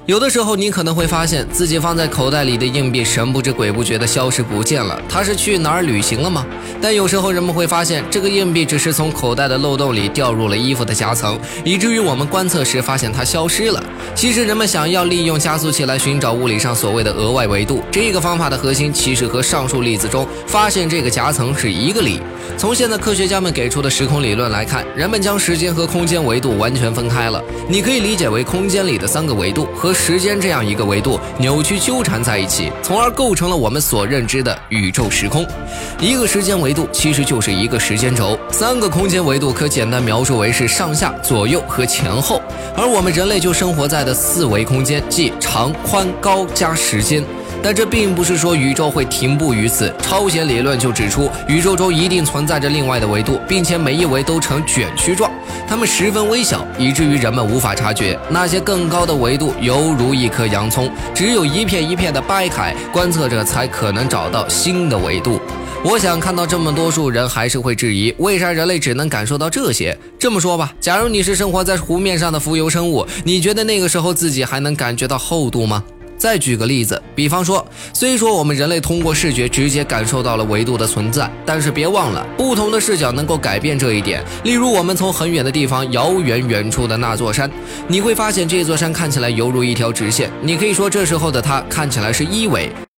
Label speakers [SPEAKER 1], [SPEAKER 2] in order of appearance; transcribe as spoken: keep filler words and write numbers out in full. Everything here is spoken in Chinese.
[SPEAKER 1] 有的时候你可能会发现自己放在口袋里的硬币神不知鬼不觉地消失不见了，它是去哪儿旅行了吗？但有时候人们会发现这个硬币只是从口袋的漏洞里掉入了衣服的夹层，以至于我们观测时发现它消失了。其实人们想要利用加速器来寻找物理上所谓的额外维度，这个方法的核心其实和上述例子中发现这个夹层是一个理。从现在科学家们给出的时空理论来看，人们将时间和空间维度完全分开了，你可以理解为空间里的三个维度和时间这样一个维度扭曲纠缠在一起，从而构成了我们所认知的宇宙时空。一个时间维度其实就是一个时间轴，三个空间维度可简单描述为是上下、左右和前后，而我们人类就生活在的四维空间，即长、宽、高加时间。但这并不是说宇宙会停步于此，超弦理论就指出宇宙中一定存在着另外的维度，并且每一维都呈卷曲状，它们十分微小，以至于人们无法察觉。那些更高的维度犹如一颗洋葱，只有一片一片的掰开，观测者才可能找到新的维度。我想看到这么多数人还是会质疑，为啥人类只能感受到这些？这么说吧，假如你是生活在湖面上的浮游生物，你觉得那个时候自己还能感觉到厚度吗？再举个例子，比方说，虽说我们人类通过视觉直接感受到了维度的存在，但是别忘了，不同的视角能够改变这一点。例如，我们从很远的地方遥远远处的那座山，你会发现这座山看起来犹如一条直线，你可以说这时候的它看起来是一维。